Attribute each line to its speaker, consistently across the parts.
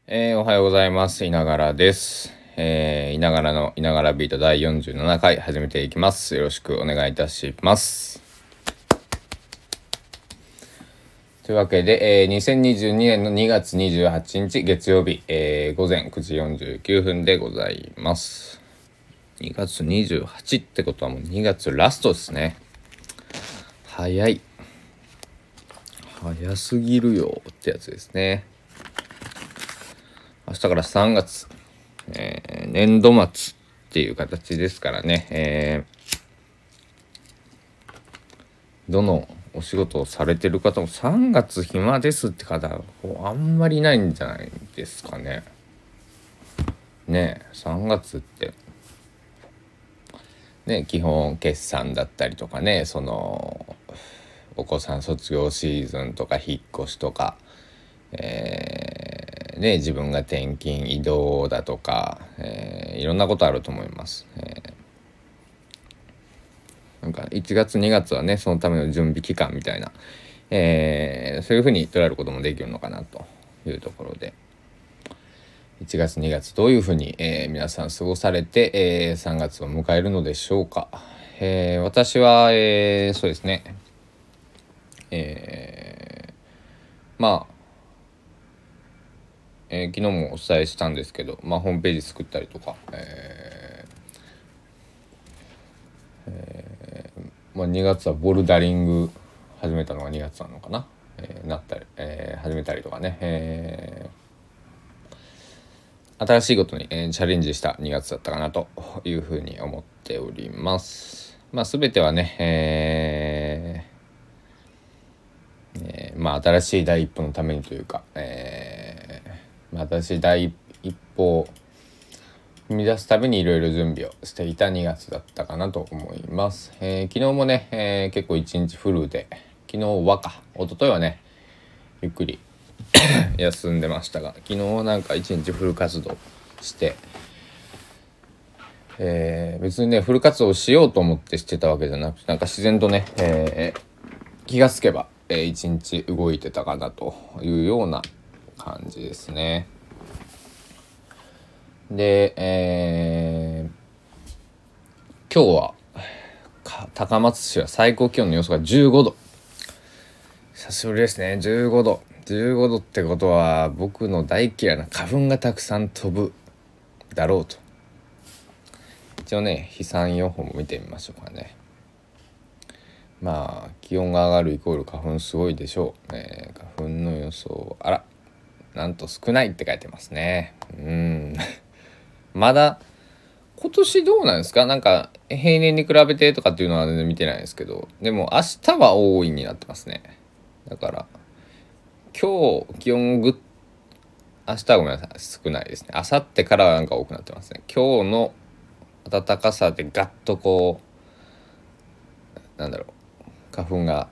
Speaker 1: おはようございます。いながらです。いながらのいながらビート第47回始めていきます。よろしくお願いいたします。というわけで、2022年の2月28日月曜日、午前9時49分でございます。2月28ってことはもう2月ラストですね。早い。早すぎるよってやつですね。明日から3月、年度末っていう形ですからね、どのお仕事をされてる方も3月暇ですって方あんまりいないんじゃないですかね。ねえ3月ってね、基本決算だったりとかね、お子さん卒業シーズンとか引っ越しとか、自分が転勤移動だとか、いろんなことあると思います。なんか1月2月はねそのための準備期間みたいな、そういうふうに捉えることもできるのかなというところで、1月2月どういうふうに、皆さん過ごされて、3月を迎えるのでしょうか。私は、そうですね、まあ、昨日もお伝えしたんですけど、ホームページ作ったりとか、2月はボルダリング始めたのが2月なのかな、始めたりとかね、新しいことに、チャレンジした2月だったかなというふうに思っております。全てはね、新しい第一歩のためにというか、新しい第一歩を踏み出すためにいろいろ準備をしていた2月だったかなと思います。昨日もね、結構一日フルで、一昨日はねゆっくり休んでましたが、昨日なんか一日フル活動して、別にねフル活動しようと思ってしてたわけじゃなくて、なんか自然とね、気がつけば、一日動いてたかなというような感じですね。で、今日は高松市は最高気温の予想が15度。久しぶりですね。15度ってことは僕の大嫌いな花粉がたくさん飛ぶだろうと。一応ね飛散予報も見てみましょうかね。気温が上がるイコール花粉すごいでしょう、花粉の予想、なんと少ないって書いてますね。まだ今年どうなんですか。なんか平年に比べてとかっていうのは全然見てないですけど、でも明日は多いになってますね。だから今日気温明日はごめんなさい少ないですね。明後日からはなんか多くなってますね。今日の暖かさでガッとこう花粉が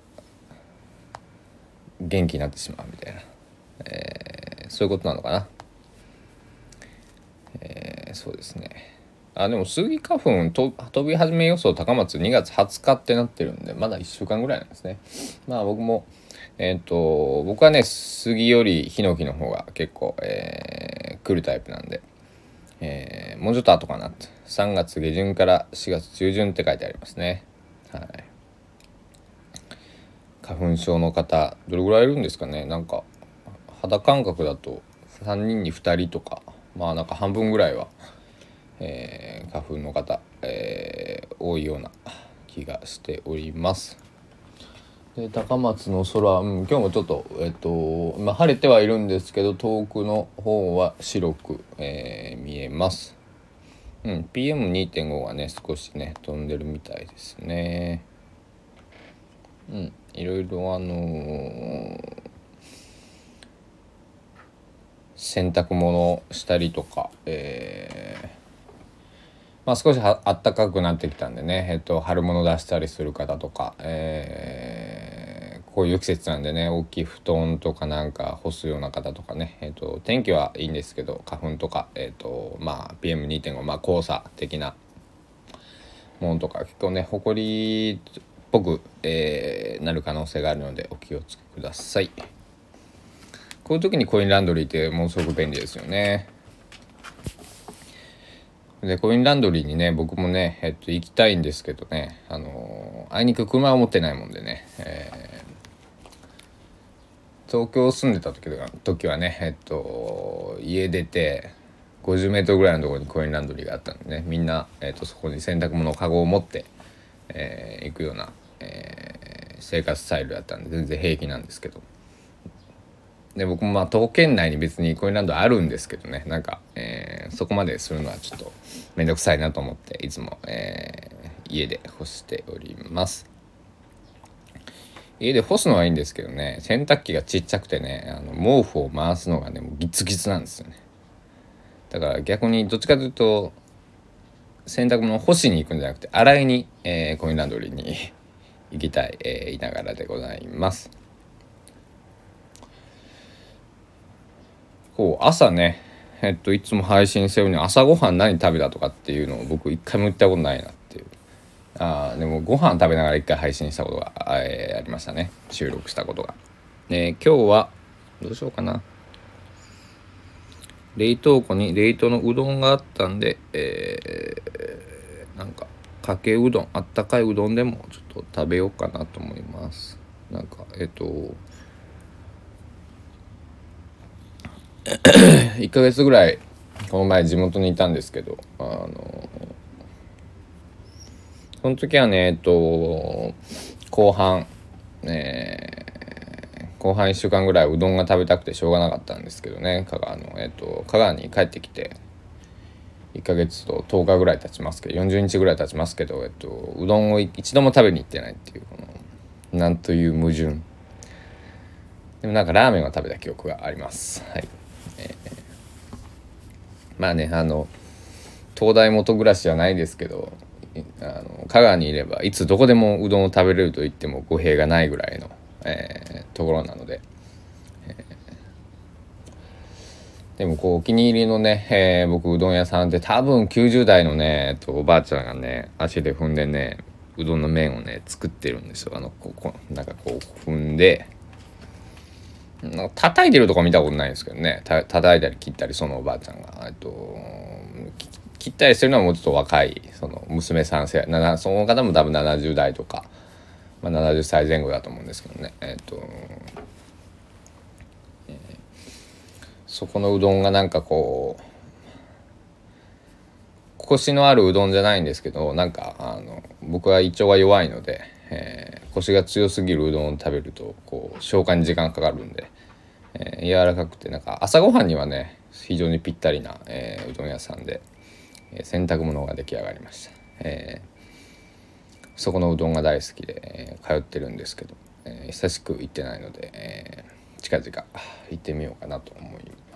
Speaker 1: 元気になってしまうみたいな、そういうことなのかな。そうですね。でもスギ花粉飛び始め予想高松2月20日ってなってるんで、まだ1週間ぐらいなんですね。僕も僕はね杉よりヒノキの方が結構、来るタイプなんで、もうちょっと後かなって3月下旬から4月中旬って書いてありますね。はい。花粉症の方どれぐらいいるんですかね。なんか肌感覚だと3人に2人とか、なんか半分ぐらいは、花粉の方、多いような気がしております。で高松の空、今日もちょっと、晴れてはいるんですけど遠くの方は白く、見えます。PM2.5 がね少しね飛んでるみたいですね。いろいろ洗濯物したりとか、少し暖かくなってきたんでね、春物出したりする方とか、こういう季節なんでね大きい布団とかなんか干すような方とかね、天気はいいんですけど花粉とか、PM2.5、黄砂的なものとか結構ね埃っぽく、なる可能性があるのでお気をつけください。 こういう時にコインランドリーってものすごく便利ですよね。でコインランドリーにね僕もね、行きたいんですけどね、あいにく車を持ってないもんでね、東京住んでた時はね、家出て50メートルぐらいのところにコインランドリーがあったんでね、みんな、そこに洗濯物のカゴを持って、行くような、生活スタイルだったんで全然平気なんですけど、で僕も徒歩圏内に別にコインランドリーあるんですけどね、なんか、そこまでするのはちょっとめんどくさいなと思っていつも、家で干しております。家で干すのはいいんですけどね、洗濯機がちっちゃくてね、毛布を回すのがねもうギツギツなんですよね。だから逆にどっちかというと洗濯物を干しに行くんじゃなくて洗いに、コインランドリーに行きたい、いながらでございます。こう朝ね、いつも配信してるように朝ごはん何食べたとかっていうのを僕一回も言ったことないなっていう。でもご飯食べながら一回配信したことが、ありましたね。収録したことが。今日はどうしようかな。冷凍庫に冷凍のうどんがあったんで、なんかかけうどん、あったかいうどんでもちょっと食べようかなと思います。なんか1ヶ月ぐらいこの前地元にいたんですけど、その時はね後半、後半1週間ぐらいうどんが食べたくてしょうがなかったんですけどね、香川に帰ってきて1ヶ月と10日ぐらい経ちますけど、40日ぐらい経ちますけど、うどんを一度も食べに行ってないっていうこのなんという矛盾。でもなんかラーメンを食べた記憶があります。はい。まあね東大元暮らしじゃないですけど、香川にいればいつどこでもうどんを食べれると言っても語弊がないぐらいの、ところなので、でもこうお気に入りのね、僕うどん屋さんって多分90代のね、おばあちゃんがね足で踏んでねうどんの麺をね作ってるんですよ。なんかこう踏んでなんか叩いてるとこ見たことないんですけどね、叩いたり切ったりそのおばあちゃんが切ったりしてるのはもうちょっと若いその娘さんその方も多分70代とか、70歳前後だと思うんですけどね、そこのうどんがなんかこうコシのあるうどんじゃないんですけど、なんか僕は胃腸が弱いので、コシが強すぎるうどんを食べるとこう消化に時間かかるんで、柔らかくてなんか朝ごはんにはね非常にぴったりな、うどん屋さんで、洗濯物が出来上がりました。そこのうどんが大好きで、通ってるんですけど、久しく行ってないので、近々行ってみようかなと思います。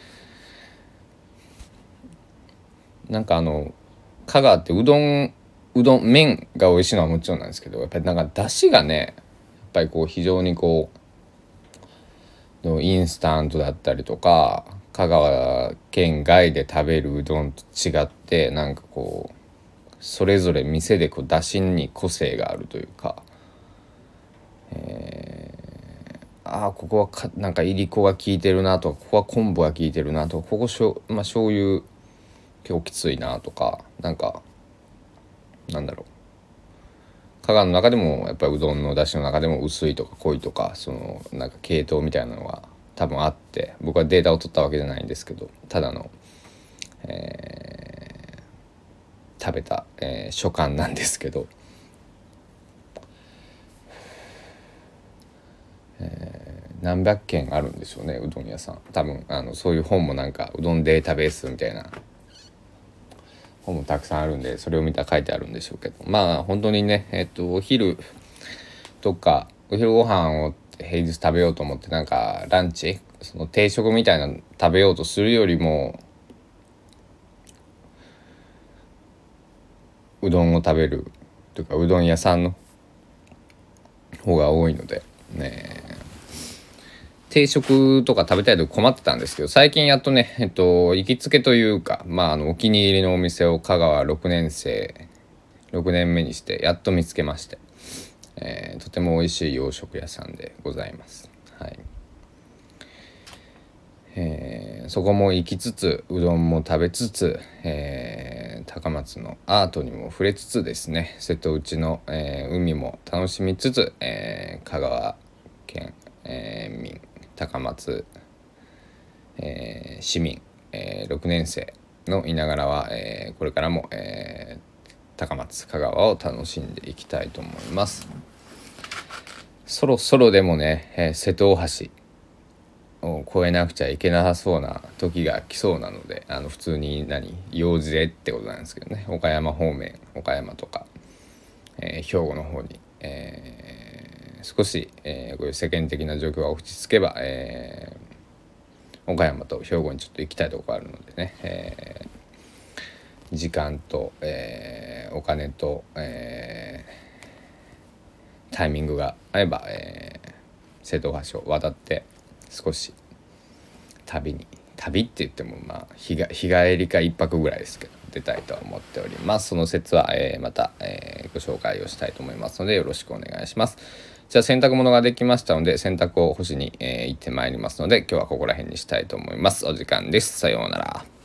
Speaker 1: なんか香川ってうどん麺が美味しいのはもちろんなんですけど、やっぱりなんか出汁がねやっぱりこう非常にこうインスタントだったりとか香川県外で食べるうどんと違ってなんかこうそれぞれ店でこう出汁に個性があるというか、ここはなんかいりこが効いてるなとか、ここは昆布が効いてるなとか、ここ醤油結構きついなとか、なんかなんだろう、香川の中でもやっぱりうどんの出汁の中でも薄いとか濃いとかそのなんか系統みたいなのが多分あって、僕はデータを取ったわけじゃないんですけど、ただの、食べた、所感なんですけど、何百軒あるんでしょうねうどん屋さん。多分そういう本もなんかうどんデータベースみたいな本もたくさんあるんで、それを見たら書いてあるんでしょうけど、まあ本当にねお昼とかお昼ご飯を平日食べようと思ってなんかランチその定食みたいなの食べようとするよりもうどんを食べるというかうどん屋さんの方が多いのでね、定食とか食べたいと困ってたんですけど、最近やっとね行きつけというか、お気に入りのお店を香川6年目にしてやっと見つけまして、とても美味しい洋食屋さんでございます。はい。 そこも行きつつうどんも食べつつ、高松のアートにも触れつつですね、瀬戸内の、海も楽しみつつ、香川県、民高松、市民、6年生のいながらは、これからも、高松香川を楽しんでいきたいと思います。そろそろでもね、瀬戸大橋を越えなくちゃいけなさそうな時が来そうなので、普通に用事でってことなんですけどね、岡山方面、岡山とか、兵庫の方に、少し、こういう世間的な状況が落ち着けば、岡山と兵庫にちょっと行きたいところあるのでね、時間と、お金と、タイミングが合えば、瀬戸大橋を渡って少し旅って言っても日帰りか一泊ぐらいですけど出たいと思っております。その説は、また、ご紹介をしたいと思いますのでよろしくお願いします。じゃあ洗濯物ができましたので洗濯を干しに、行ってまいりますので今日はここら辺にしたいと思います。お時間です。さようなら。